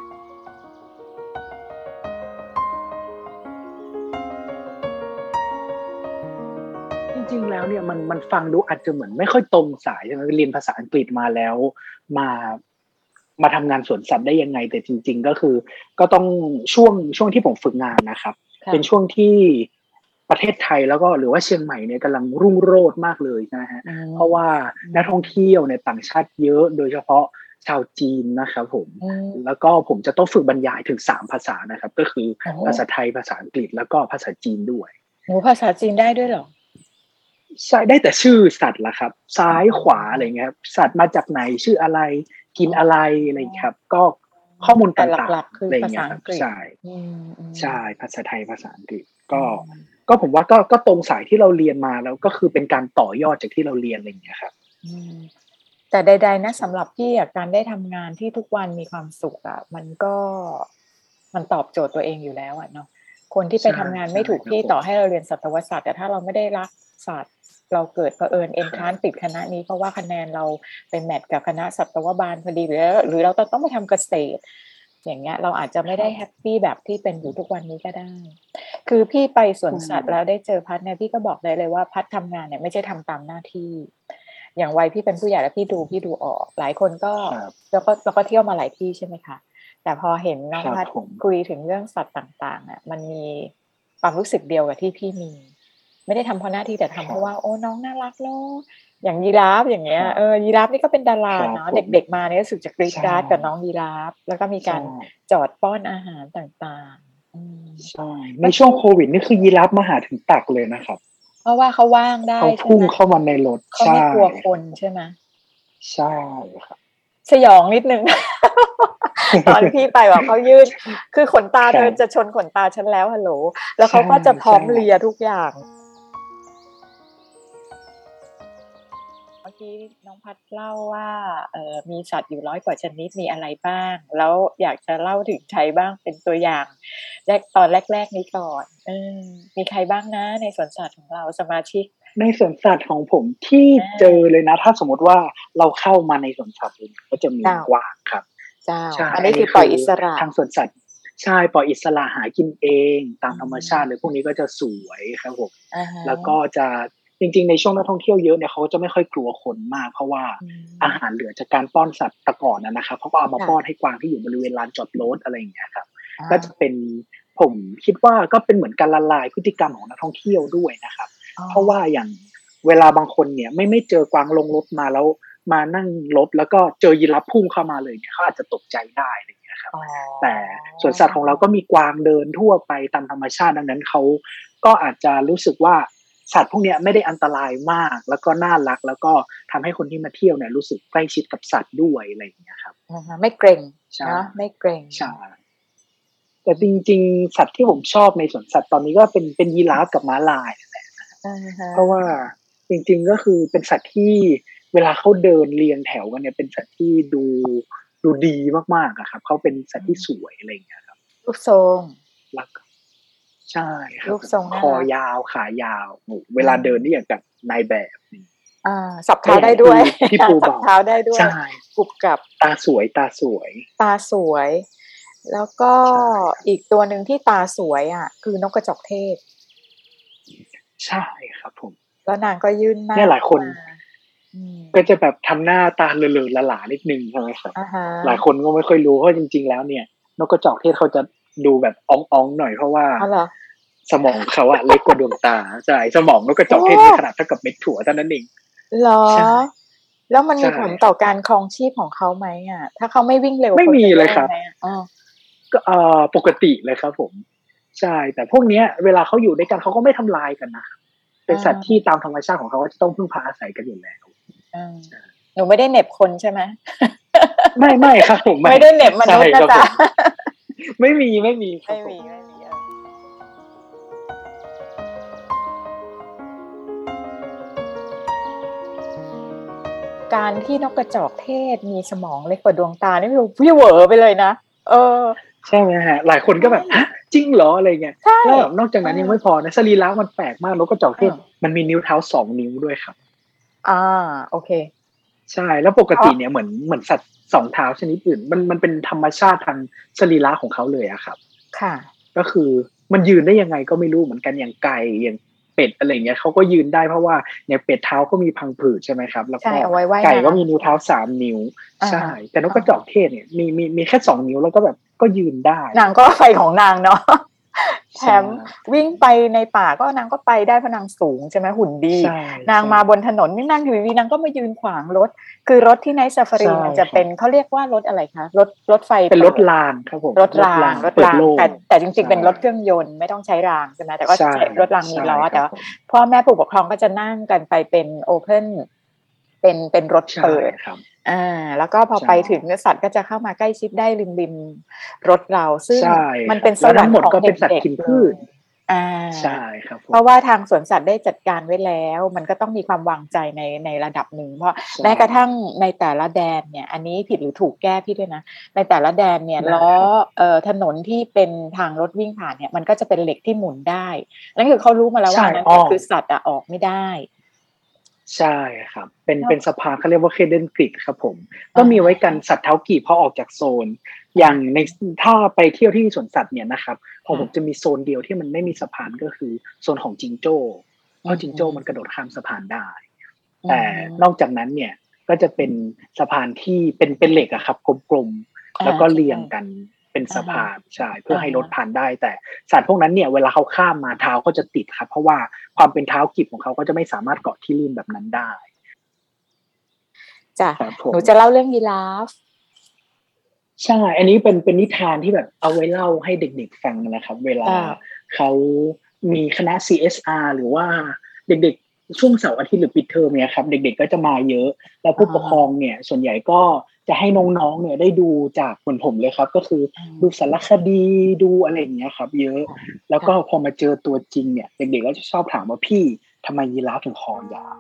จริงๆแล้วเนี่ยมันมันฟังดูอาจจะเหมือนไม่ค่อยตรงสายใช่ไหมเรียนภาษาอังกฤษมาแล้วมามาทำงานสวนสัตว์ได้ยังไงแต่จริงๆก็คือก็ต้องช่วงช่วงที่ผมฝึกงานนะครับเป็นช่ค่ะวงที่ประเทศไทยแล้วก็หรือว่าเชียงใหม่เนี่ยกำลังรุ่งโรจน์มากเลยนะครับอืมเพราะว่าอืนักท่องมเที่ยวเนี่ยต่างชาติเยอะโดยเฉพาะชาวจีนนะครับผมอืมแล้วก็ผมจะต้องฝึกบรรยายถึงสามภาษานะครับก็คือโอ้โฮภาษาไทยภาษาอังกฤษแล้วก็ภาษาจีนด้วยโอ้โฮภาษาจีนได้ด้วยเหรอใช่ได้แต่ชื่อสัตว์ล่ะครับซ้ายอ๋ขวาอะไรอเงี้ยครับสัตว์มาจากไหนชื่ออะไรกินอ๋ออะไรอะไรอย่างงี้ครับก็ข้อมูลแต่ต่าหลังๆกๆคือภาอะไรอย่างเงี้ษาอังกฤษยครับใช่อืใช่มภาษาไทยภาษาอังกฤษๆอืก็มก็ผมว่าก็ก็ตรงสายที่เราเรียนมาแล้วก็คือเป็นการต่อยอดจากที่เราเรียนอะไรอย่างเงี้ยครับอืมแต่ใดๆนะใช่สำหรับพี่อะการได้ทำงานที่ทุกวันมีความสุขอะมันก็มันตอบโจทย์ตัวเองอยู่แล้วอะเนาะคนที่ไปใช่ทำงานไม่ใช่ถูกที่ครับผมต่อให้เราเรียนสัตวศาสตร์แต่ถ้าเราไม่ได้รักศาสตร์เราเกิดเผอิญเอนครัทรานบซ์ติดคณะนี้เพราะว่าคะแนนเราไปแมตช์กับคณะสัตวบาลพอดีหรือหรือเราจะต้องไปทำเกษตรอย่างเงี้ยเราอาจจะไม่ได้ครับแฮปปีแบบที่เป็นอยู่ทุกวันนี้ก็ได้ คือพี่ไปสวนใช่สัตว์แล้วได้เจอพัดเนี่ยพี่ก็บอกได้เลยว่าพัดทำงานเนี่ยไม่ใช่ทำตามหน้าที่อย่างวัยพี่เป็นผู้ใหญ่แล้วพี่ดูพี่ดูออกหลายคนก็ครับแล้วก็แล้วก็เที่ยวมาหลายที่ใช่ไหมคะแต่พอเห็นน้องพัดครับผมคุยถึงเรื่องสัตว์ต่างๆอ่ะมันมีความรู้สึกเดียวกับที่พี่มีไม่ได้ทำเพราะหน้าที่แต่คทำเพรับราะว่าโอ้น้องน่ารักเนาะอย่างยีราฟอย่างเงี้ครับยเออยีราฟนี่ก็เป็นดาครารับเนาะผมเด็กๆมาเนี่ยรู้สึกจะกรี๊ดใช่กราดกับน้องยีราฟแล้วก็มีใช่การจอดป้อนอาหารต่างๆอืมใช่ในเมื่อกี้ช่วงโควิดนี่คือยีราฟมาหาถึงตักเลยนะครับเพราะว่าเขาว่างได้เขาใช่ไหมพุ่งเข้ามาในรถเขาไม่ใช่กลัวคนใช่ไหมใช่ครับสยองนิดนึงตอนพี่ไปแบบเขายื่นคือขนตาเธอครับจะชนขนตาฉันแล้วฮัลโหลแล้วเขาใช่ก็จะพร้อมใช่เลียทุกอย่างเมื่อกี้น้องพัดเล่าว่าเออมีสัตว์อยู่ร้อยกว่าชนิดมีอะไรบ้างแล้วอยากจะเล่าถึงใครบ้างเป็นตัวอย่างแรกตอนแรกๆนี้ก่อนเออมีใครบ้างนะในสวนสัตว์ของเราสมาชิกในสวนสัตว์ของผมที่อ่เจอาเลยนะถ้าสมมติว่าเราเข้ามาในสวนสัตว์เลยก็จะมีเจ้ากวางครับเจ้าใช่อันอันนี้คือนี้คือปล่อยอิสระทางสวนสัตว์ใช่ปล่อยอิสระหากินเองตามอืธรรมชาติเลยพวกมนี้ก็จะสวยครับผมอ่าฮะแล้วก็จะจริงๆในช่วงนักท่องเที่ยวเยอะเนี่ยเขาก็จะไม่ค่อยกลัวคนมากเพราะว่าอือาหารมเหลือจากการป้อนสัตว์แตะก่อนนะนะครับเขาก็เอามาป้อนค่ะให้กวางที่อยู่บริเวณลานจอดรถอะไรอย่างเงี้ยครับอ่ก็จะเป็นผมคิดว่าก็เป็นเหมือนการละลายพฤติกรรมของนักท่องเที่ยวด้วยนะครับอ๋อเพราะว่าอย่างเวลาบางคนเนี่ยไม่ไม่เจอกวางลงรถมาแล้วมานั่งรถแล้วก็เจอยีราฟพุ่งเข้ามาเลยเนี่ยเขาอาจจะตกใจได้อะไรอย่างเงี้ยครับอ๋อแต่สวนสัตว์ของเราก็มีกวางเดินทั่วไปตามธรรมชาติดังนั้นเขาก็อาจจะรู้สึกว่าสัตว์พวกเนี้ยไม่ได้อันตรายมากแล้วก็น่ารักแล้วก็ทำให้คนที่มาเที่ยวเนี่ยรู้สึกใกล้ชิดกับสัตว์ด้วยอะไรอย่างเงี้ยครับอะฮะไม่เกร็งใช่เนาะไม่เกร็งใช่ แต่จริงๆสัตว์ที่ผมชอบในสวนสัตว์ตอนนี้ก็เป็นเป็นยีราฟกับม้าลายนั่นแหละอะฮะเพราะว่าจริงๆก็คือเป็นสัตว์ที่เวลาเขาเดินเรียงแถวกันเนี่ยเป็นสัตว์ที่ดูดูดีมากๆอะครับเขาเป็นสัตว์ที่สวยอะไรอย่างเงี้ยครับรูปทรงแล้วก็ใช่ครับรูปผมทรงน่ารักคอยาวขายาวโอ้โฮเวอืลาเดินนี่มอย่างกับนายแบบอาสับก็เท้าอย่างพี่ได้ด้วยพี่ปูสับบอกเท้าได้ด้วยใช่กรุบกรับตาสวยตาสวยตาสวยแล้วก็ใช่ครับอีกตัวหนึ่งที่ตาสวยอะคือนกกระจอกเทศใช่ครับผมแล้วนางก็ยื่นหน้าเนี่ยหลายคนเข้ามาอืมก็จะแบบทำหน้าตาเหลอๆหลาๆนิดหนึ่งใช่ไหมครับอะฮะหลายคนก็ไม่ค่อยรู้เพราะจริงๆแล้วเนี่ยนกกระจอกเทศเขาจะดูแบบอ๊องๆหน่อยเพราะว่าอ้าวเหรอสมองเขาอะเล็กกว่าดวงตาใช่สมองนกกระจอกโอ้เทศมีขนาดเท่ากับเม็ดถั่วเท่านั้นเองเหรอใช่แล้วมันมีใช่ผลครับต่อการครองชีพของเขาไหมอะถ้าเขาไม่วิ่งเร็วไม่มีเขาจะเลยครับแย่ไหมอะอ้อก็เอ่อปกติเลยครับผมใช่แต่พวกเนี้ยเวลาเขาอยู่ด้วยกันเขาก็ไม่ทำลายกันนะเป็นสัตว์ที่อาตามธรรมชาติของเขาก็จะต้องพึ่งพาอาศัยกันอยู่แล้วอาใช่หนูไม่ได้เหน็บคนใช่ไหมไม่ไม่ครับผมไม่ไม่ได้เหน็บมใช่นุษย์นะจ๊ะครับผมไม่มีไม่มีครัไม่บผมมีไม่มีเออการที่นกกระจอกเทศมีสมองเล็กกว่าดวงตานี่คือพี่เหวอไปเลยนะเออใช่ไหมฮะหลายคนก็ใช่แบบฮะจริงเหรออะไรเงี้ยใช่แล้วแบบนอกจากเออนั้นยังไม่พอนะสรีระมันแปลกมากนกกระจอกเทศเออมันมีนิ้วเท้าสองนิ้วด้วยครับอาโอเคใช่แล้วปกเพราะติเนี่ยเหมือนเหมือนสัตว์สองเท้าชนิดอื่นมันมันเป็นธรรมชาติทางสรีระของเขาเลยอะครับค่ะก็คือมันยืนได้ยังไงก็ไม่รู้เหมือนกันอย่างไก่อย่างเป็ดอะไรเงี้ยเขาก็ยืนได้เพราะว่าอย่างเป็ดเท้าก็มีพังผืดใช่ไหมครับแล้วก็ใช่เอาไว้ว่ายน้ไก่ก็มีนิ้วำใช่ไหมเท้าสามนิ้วใช่อะฮะแต่นกกระจออะฮะกเทศเนี่ยมีมีมีแค่สองนิ้วแล้วก็แบบก็ยืนได้นางก็ไปของนางเนาะแถใช่มวิ่งไปในป่าก็นางก็ไปได้เพราะนางสูงใช่ไหมหุ่นดีใช่นางใช่มาบนถนนนี่นั่งอยู่ดีๆนางก็มายืนขวางรถคือรถที่ Night ใช่ Safari มันจะครับเป็นเขาเรียกว่ารถอะไรคะรถรถไฟเป็นรถเปิดรางครับผมรถรางรถรางรถรางเปิดโล่งแต่แต่จริงๆใช่เป็นรถเครื่องยนต์ไม่ต้องใช้รางใช่ไหมแต่ก็ใช่ใช้รถรางมีใช่ล้อแต่ว่าครับผมพ่อแม่ผู้ปกครองก็จะนั่งกันไปเป็น Open เป็นเป็นรถใช่เปิดครับอ่าแล้วก็พอใช่ไปถึงสัตว์ก็จะเข้ามาใกล้ชิดได้ริมๆรถเราซึ่งใช่มันครับเป็นสแล้วทั้งหมดวรรค์ของก็เป็นสัตเดว์็กๆเลกินพืชยอาใช่ครับเพผมราะว่าทางสวนสัตว์ได้จัดการไว้แล้วมันก็ต้องมีความวางใจในในระดับหนึ่งเพราะใช่แม้กระทั่งในแต่ละแดนเนี่ยอันนี้ผิดหรือถูกแก้พี่ด้วยนะในแต่ละแดนเนี่ยได้ล้อครับเอ่อถนนที่เป็นทางรถวิ่งผ่านเนี่ยมันก็จะเป็นเหล็กที่หมุนได้นั่นคือเขารู้มาแล้วใช่ว่าอันนั้นอ้อเนี่ยคือสัตว์อะออกไม่ได้ใช่ครับ เป็นเนาะเป็นสะพานเขาเรียกว่า Hidden Grid ครับผม ก็อะฮมีไว้กันะสัตว์เท้ากีบพอออกจากโซน อค่ะย่างใน ถ้าไปเที่ยวที่สวนสัตว์เนี่ยนะครับ ของค่ะผมจะมีโซนเดียวที่มันไม่มีสะพานก็คือโซนของจิงโจ้ เพอืราะอฮึจิงโจ้มันกระโดดข้ามสะพานได้อืแต่อฮึนอกจากนั้นเนี่ยก็จะเป็นสะพานที่เป็นเป็นเหล็กอะครับกลมๆอาแล้วก็ใช่เรียงกันเป็นอะฮะสะพานใช่เพื่ออะฮะให้รถผ่านได้แต่สัตว์พวกนั้นเนี่ยเวลาเขาข้ามมาเท้าก็จะติดครับเพราะว่าความเป็นเท้ากีบของเขาก็จะไม่สามารถเกาะที่ลื่นแบบนั้นได้จ้ะครับผมหนูจะเล่าเรื่องยีราฟใช่ อันนี้เป็นเป็นนิทานที่แบบเอาไว้เล่าให้เด็กๆฟังนะครับ เวลาจ้ะเขามีคณะ ซี เอส อาร์ หรือว่าเด็กๆช่วงเสาร์อาทิตย์หรือปิดเทอมเนี่ยครับเด็กๆก็จะมาเยอะแล้วอะผู้ปกครองฮะเนี่ยส่วนใหญ่ก็จะให้น้องๆเนี่ยได้ดูจากเหมือนผมเลยครับก็คืออืมดูสารคดีดูอะไรอย่างเงี้ยครับเยอะค่ะแล้วก็ค่ะพอมาเจอตัวจริงเนี่ยเด็กๆก็จะชอบถามว่าพี่ทำไมยีราฟถึงคอยาว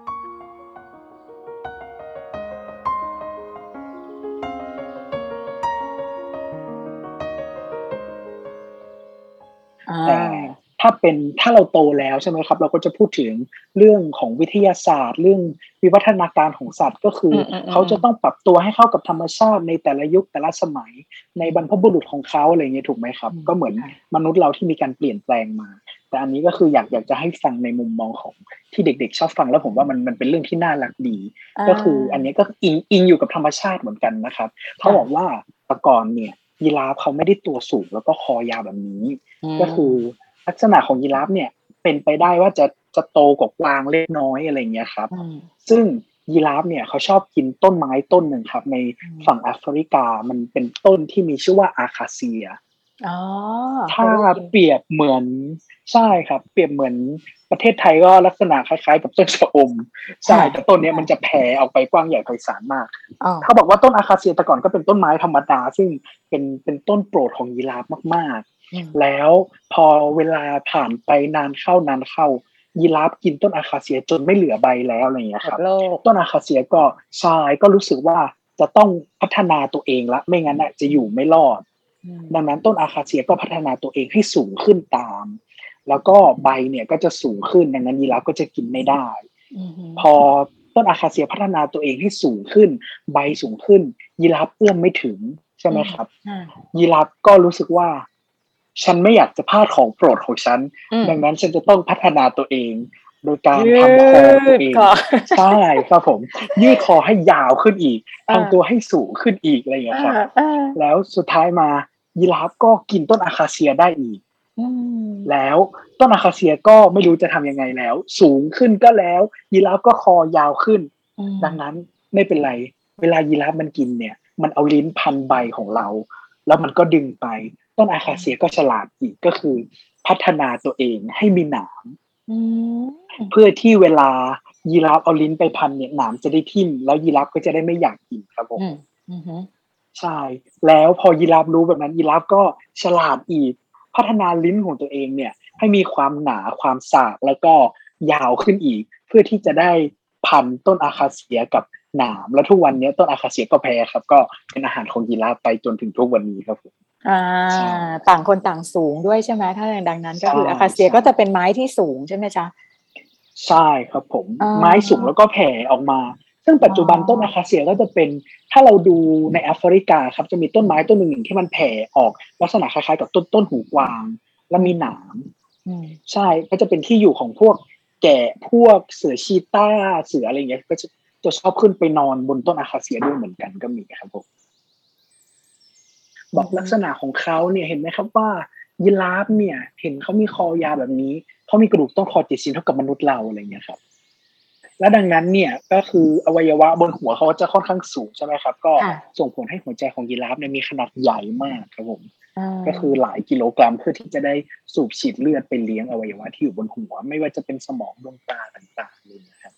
อแต่าถ้าเป็นถ้าเราโตแล้วใช่ไหมครับเราก็จะพูดถึงเรื่องของวิทยาศาสตร์เรื่องวิวัฒนาการของสัตว์ก็คืออืเขาจะมๆๆๆต้องปรับตัวให้เข้ากับธรรมชาติในแต่ละยุคแต่ละสมัยในอืบรรพบุรุษของเขาอะไรอย่างเงี้ยถูกไหมครับมก็เหมือนค่ะมนุษย์เราที่มีการเปลี่ยนแปลงมาแต่อันนี้ก็คืออยากอยากจะให้ฟังในมุมมองของที่เด็กๆชอบฟังแล้วผมว่ามันมันเป็นเรื่องที่น่ารักดีอาก็คืออันนี้ก็อิงอิงอยู่กับธรรมชาติเหมือนกันนะครับเขาบอกค่ะว่าแต่ก่อนเนี่ยยีราฟเขาไม่ได้ตัวสูงแล้วก็คอยาวแบบนี้อืก็คือมลักษณะของยีราฟเนี่ยเป็นไปได้ว่าจะจะโตกว่ากวางเล็กน้อยอะไรอย่างเงี้ยครับอืมซึ่งยีราฟเนี่ยเขาชอบกินต้นไม้ต้นหนึ่งครับในอืมฝั่งแอฟริกามันเป็นต้นที่มีชื่อว่าอาคาเซียอ๋อเคถ้ายได้ยินเปรียบเหมือนใช่ครับเปรียบเหมือนประเทศไทยก็ลักษณะคล้ายๆกับต้นชะอมใช่ค่ะแต่ต้นเนี้ยมันค่ะจะแผ่ออกไปกว้างใหญ่ไพศาลมากอ้อเขาบอกว่าต้นอาคาเซียแต่ก่อนก็เป็นต้นไม้ธรรมดาซึ่งเป็นเป็นต้นโปรดของยีราฟมากอืมๆแล้วพอเวลาผ่านไปนานเข้านานเข้ายีราฟกินต้นอาคาเซียจนไม่เหลือใบแล้วอะไรอย่างเงี้ยครับหมดโลกต้นอาคาเซียก็ใช่ก็รู้สึกว่าจะต้องพัฒนาตัวเองละไม่งั้นน่ะจะอยู่ไม่รอดอืมดังนั้นต้นอาคาเซียก็พัฒนาตัวเองให้สูงขึ้นตาม แล้วก็ใบเนี่ยก็จะสูงขึ้นดังนั้นยีราฟก็จะกินไม่ได้อือฮึพอต้นอาคาเซียพัฒนาตัวเองให้สูงขึ้นใบสูงขึ้นยีราฟเอื้อมไม่ถึงใช่อืมไหมครับอายีราฟก็รู้สึกว่าฉันไม่อยากจะพลาดของโปรดของฉันอืมดังนั้นฉันจะต้องพัฒนาตัวเองโดยการยืทำคอตัวเองดคอใช่ครับผมยืดคอให้ยาวขึ้นอีกทำตัวอาให้สูงขึ้นอีกอะไรอย่างอเงี้ยครับาๆแล้วสุดท้ายมายีราฟก็กินต้นอาคาเซียได้อีกอืมแล้วต้นอาคาเซียก็ไม่รู้จะทำยังไงแล้วสูงขึ้นก็แล้วยีราฟก็คอยาวขึ้นอืดังนั้นมไม่เป็นไรเวลายีราฟมันกินเนี่ยมันเอาลิ้นพันใบของเราแล้วมันก็ดึงไปต้นอาคาเซียก็ฉลาดอีกก็คือพัฒนาตัวเองให้มีหนามอืมเพื่อที่เวลายีราฟเอาลิ้นไปพันเนี่ยหนามจะได้ทิ่มแล้วยีราฟก็จะได้ไม่อยากกินครับผมอืมอือฮึใช่แล้วพอยีราฟรู้แบบนั้นยีราฟก็ฉลาดอีกพัฒนาลิ้นของตัวเองเนี่ยให้มีความหนาความสากแล้วก็ยาวขึ้นอีกเพื่อที่จะได้พันต้นอาคาเซียกับหนามแล้วทุกวันนี้ต้นอาคาเซียก็แพ้ครับก็เป็นอาหารของยีราฟไปจนถึงทุกวันนี้ครับผมอาใช่ต่างคนต่างสูงด้วยใช่ไหมถ้าอย่างดังนั้นก็ใช่คืออาคาเซียใช่ก็จะเป็นไม้ที่สูงใช่ไหมจ๊ะใช่ครับผมอ๋อไม้สูงแล้วก็แผ่ออกมาซึ่งอ๋ปัจจุบันต้นอาอคาเซียก็จะเป็นถ้าเราดูในแอฟริกาครับจะมีต้นไม้ต้นหนึ่งที่มันแผ่ออกลักษณะคล้ายๆกับต้นต้นหูกวางและอืมมีหนามอืมใช่ก็จะเป็นที่อยู่ของพวกแกะพวกเสือชีต้าเสืออะไรเงี้ยก็จะจะชอบขึ้นไปนอนบนต้นอาคาเซียด้วยเหมือนกันก็มีครับผมบอือฮึอกลักษณะของเขาเนี่ยเห็นไหมครับว่ายีราฟเนี่ยเห็นเขามีคอยาวแบบนี้เขามีกระดูกต้นคอเจ็ดชิ้นเท่ากับมนุษย์เราอะไรเงี้ยครับ และดังนั้นเนี่ยก็คืออวัยวะบนหัวเขาจะค่อนข้างสูงใช่ไหมครับก็ค่ะส่งผลให้หัวใจของยีราฟเนี่ยมีขนาดใหญ่มากครับผมอก็คือาหลายกิโลกรัมเพื่อที่จะได้สูบฉีดเลือดไปเลี้ยงอวัยวะที่อยู่บนหัวไม่ว่าจะเป็นสมองดวงตาต่างๆเลยนะครับ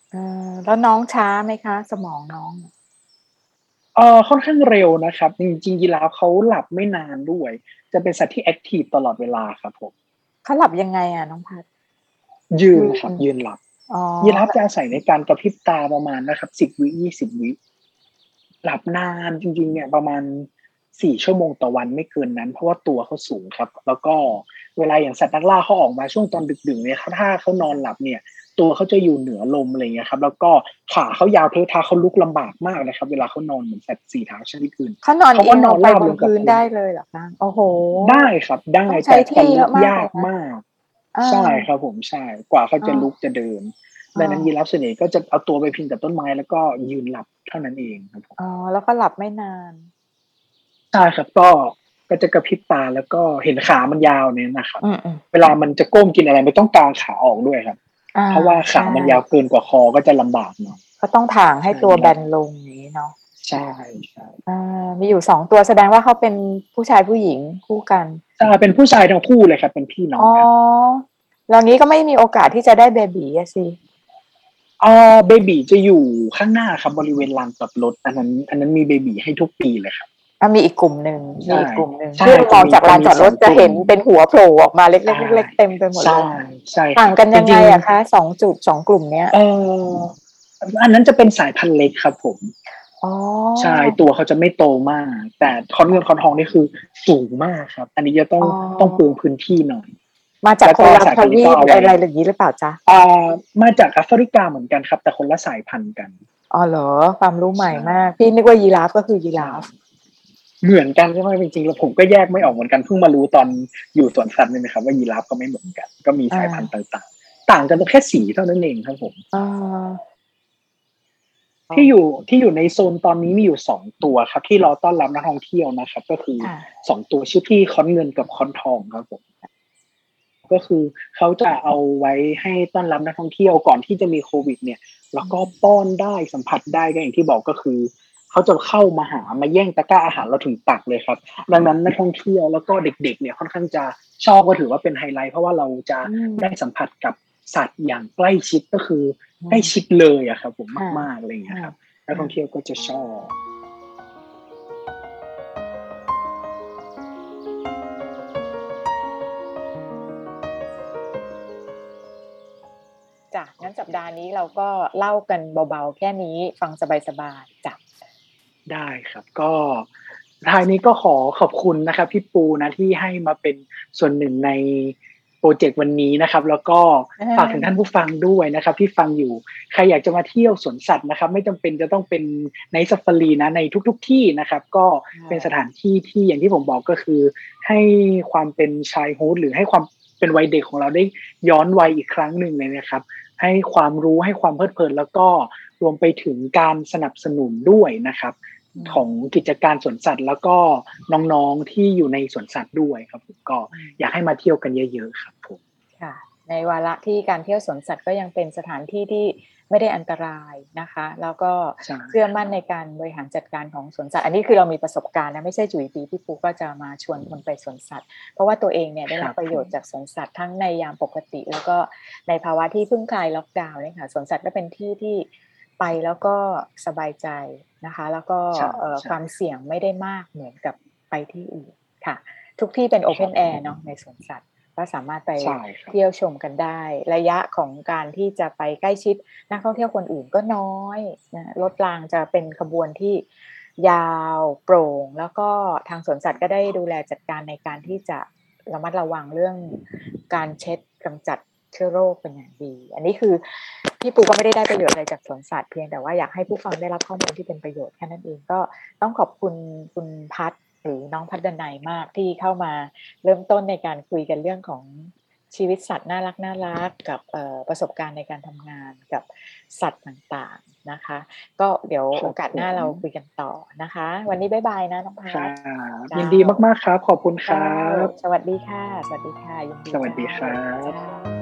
เออ แล้วน้องช้าไหมคะ สมองน้อง? เอ่อ ค่อนข้างเร็วนะครับ จริง ๆ ยีราฟเขาหลับไม่นานด้วย จะเป็นสัตว์ที่แอ็กทิฟตลอดเวลาครับผมเขาหลับยังไงอะน้องพัด? ยืนยืนครับ ยืนหลับอ๋อยีราฟแลจะอาศัยในการกระพริบตาประมาณนะครับ สิบ วิ ยี่สิบ วิ หลับนานจริง ๆ เนี่ยประมาณ สี่ ชั่วโมงต่อวัน ไม่เกินนั้น เพราะว่าตัวเขาสูงครับ แล้วก็เวลาอย่างสัตว์นักล่าเขาออกมาช่วงตอนดึก ๆ เนี่ย เขา ถ้าเขานอนหลับเนี่ย ตัวเขาจะอยู่เหนือลม อะไรอย่างเงี้ยครับ แล้วก็ขาเขายาวเทอะทะ เขาลุกลำบากมากเลยครับ เวลาเขานอนเหมือนสัตว์สี่เท้าชนิดอื่นเขานอนเขาก็เอียงลงไปนอนราบบลงนพกับื้นพืไ้ดน้เลยเหรอคะ? โอ้โฮได้ครับ ได้ต้องใแชต้่ทแต่ี่ลเยุอกะมากยเลากยนะมากเออใช่ครับผม ใช่ กว่าเขาเออจะลุกจะเดินเดังนั้นยีออราฟส่วนใหญ่ก็จะเอาตัวไปพิงกับต้นไม้ แล้วก็ยืนหลับเท่านั้นเองครับผมอ๋อ แล้วก็หลับไม่นานใช่ครับ ก็ ก็จะกระพริบตา แล้วก็เห็นขามันยาวเนี่ยนะครับอืมเวลามันจะก้มกินอะไรไม่ต้องกางขาออกด้วยครับๆ อาเพราะว่าใขชามันยา่วเกินกว่าคอ ก็จะลำบากหน่อยก็ต้องถ่างใใหช้่ตัวยีแบนราฟลง อย่างงี้เนาะใช่ ๆอา มีอยู่ สอง ตัว แสดงว่าเขาเป็นผู้ชายผู้หญิงคู่กันใช่ เป็นผู้ชายทั้งคู่เลยครับ เป็นพี่น้ออ๋องกันแล้วงี้ก็ไม่มีโอกาสที่จะได้เบบีอะสิ? เอ่อ เบบี๋จะอยู่ข้างหน้าครับ บริเวณลานจอดรถ อันนั้น อันนั้นมีเบบี๋ให้ทุกปีเลยครับอา มีอีกกลุ่มหนึ่งใชมี่อีกกลุ่มหนึ่งใชท่ี่เราจมะองมีจากลจะานมีจอดรถสองจะเห็นกลุ่มเป็นหัวโผล่ออกมาเใช่ล็ก ๆ ๆ ๆ เต็มไปหมดใช่เลยใช่ต่คารับงกันยังจรไงิงอะคะ? ๆสอง จุด สอง กลุ่มเนี้ยเอ่อ อันนั้นจะเป็นสายพันธุ์เล็กครับผมอ๋อใช่ ตัวเขาจะไม่โตมาก แต่ค้อนเงินค้อนทองนี่คือสูงมากครับ อันนี้จะต้องอ๋ต้องเปลืองอพื้นที่หน่อยมาจาแกล้วกคน็ละทวสายพันธุ์นี้ีปก็เอาไว้อะไรอย่างงี้หรือเปล่าจ๊ะ? อ่า มาจากแอฟริกาเหมือนกันครับ แต่คนละสายพันธุ์กันอ๋อ เหรอ? ความรู้ใหใมช่่มาก พี่นึกว่ายีราฟก็คือยีใชร่าฟเหมือนกันใช่ไหม? จริง ๆ แล้วผมก็แยกไม่ออกเหมือนกัน เพิ่งมารู้ตอนอยู่สวนสัตว์นี่แหละครับว่า ยีราฟก็ไม่เหมือนกัน ก็มีอสายพันธุ์าต่าง ๆ ต่างกันตรงแค่สีเท่านั้นเองครับผมเออ อ๋ที่ออยู่ ที่อยู่ในโซนตอนนี้มีอยู่ สอง ตัวครับ ที่รอต้อนรับนักท่องเที่ยวนะครับ ก็คือค่ะสอง ตัว ชื่อพี่ค้อนเงินกับค้อนทองครับผม ก็คือเขาจะเอาไว้ให้ต้อนรับนักท่องเที่ยวก่อนที่จะมีโควิดเนี่ย แลอ้ืวก็มป้อนได้ สัมผัสได้ ก็อย่างที่บอก ก็คือเขาจะเข้ามาหา มาแย่งตะกร้าอาหารเราถึงตักเลยครับ ดังนั้นนักท่องเที่ยวแล้วก็เด็ก ๆ เนี่ยค่อนข้างจะชอบ ก็ถือว่าเป็นไฮไลต์ เพราะว่าเราจะอืได้มสัมผัสกับสัตว์อย่างใกล้ชิด ก็คืออืมใกล้ชิดเลยอะครับผมค่ะมาก ๆ อะไรอย่างเงคี้ย่ะครับ นักคท่่องเที่ะยวก็จะชอบจ้ะ งั้นสัปดาห์นี้เราก็เล่ากันเบา ๆ แค่นี้ ฟังสบาย ๆ จ้ะได้ครับ ก็ท้ายนี้ก็ขอขอบคุณนะครับพี่ปูนะ ที่ให้มาเป็นส่วนหนึ่งในพรอเจกต์วันนี้นะครับ แล้วก็เฝากถึงท่านออผู้ฟังด้วยนะครับที่ฟังอยู่ ใครอยากจะมาเที่ยวสวนสัตว์นะครับ ไม่จำเป็นจะต้องเป็น Night Safari นะ ในทุก ๆ ที่นะครับ ก็ค่เป็นสะถานที่ที่อย่างที่ผมบอก ก็คือให้ความเป็น Childhood หรือให้ความเป็นวัยเด็กของเราได้ย้อนวัยอีกครั้งหนึ่งเลยนะครับ ให้ความรู้ ให้ความเพลิดเพลิน แล้วก็รวมไปถึงการสนับสนุนด้วยนะครับอืของมกิจการสวนสัตว์ แล้วก็น้อง ๆ ที่อยู่ในสวนสัตว์ด้วยครับผม ก็อืมอยากให้มาเที่ยวกันเยอะ ๆ ครับผมค่ะ ในวาระที่การเที่ยวสวนสัตว์ ก็ยังเป็นสถานที่ที่ไม่ได้อันตรายนะคะ แล้วก็ใช่เชื่อมครัั่นบในการบริหารจัดการของสวนสัตว์ อันนี้คือเรามีประสบการณ์นะ ไม่ใช่อยู่ดี ๆ พี่ปูก็จะมาชวนคนไปสวนสัตว์ เพราะว่าตัวเองเนี่ยได้ครรัับประโยชน์บผมจากสวนสัตว์ทั้งในยามปกติ แล้วก็ในภาวะที่เพิ่งคลายล็อกดาวน์เนี่ยค่ะ สวนสัตว์ก็เป็นที่ที่ไปแล้วก็สบายใจนะคะ แล้วก็ใช่เอ่อใชค่วามเสครีับ่ยงไม่ได้มากเหมือนกับไปที่อื่นค่ะ ทุกที่เป็นครั Open บ Air เนาะในสวนสัตว์ ก็สามารถไปใช่ครัเทบี่ยวชมกันได้ ระยะของการที่จะไปใกล้ชิดนักท่องเที่ยวคนอื่นก็น้อยนะ รถรางจะเป็นขบวนที่ยาวโปร่ง แล้วก็ทางสวนสัตว์ก็ได้ดูแลจัดการในการที่จะระมัดระวังเรื่องการเช็ด กำจัดเชื้อโรคเป็นอย่างดี อันนี้คือพี่ปูก็ไม่ได้ได้ประโยชน์อะไรจากสวนสัตว์ เพียงแต่ว่าอยากให้ผู้ฟังได้รับข้อมูลที่เป็นประโยชน์แค่นั้นเอง ก็ต้องขอบคุณคุณพัด หรือน้องพัดดันัยมากที่เข้ามาเริ่มต้นในการคุยกันเรื่องของชีวิตสัตว์น่ารัก ๆ กับ เอ่อ ประสบการณ์ในการทำงานกับสัตว์ต่าง ๆ นะคะ ก็เดี๋ยวครโอับกาสผมหน้าเราคุยกันต่อนะคะ วันนี้บ๊ายบายนะน้องพคัรัดบเจยิ้นาดีมาก ๆ ครับ ขอบคุณคเรจ้ัาบสวัสดีค่ะ สวัสดีค่ะ ยินดีเจสวัส้าดีครัเบจ้า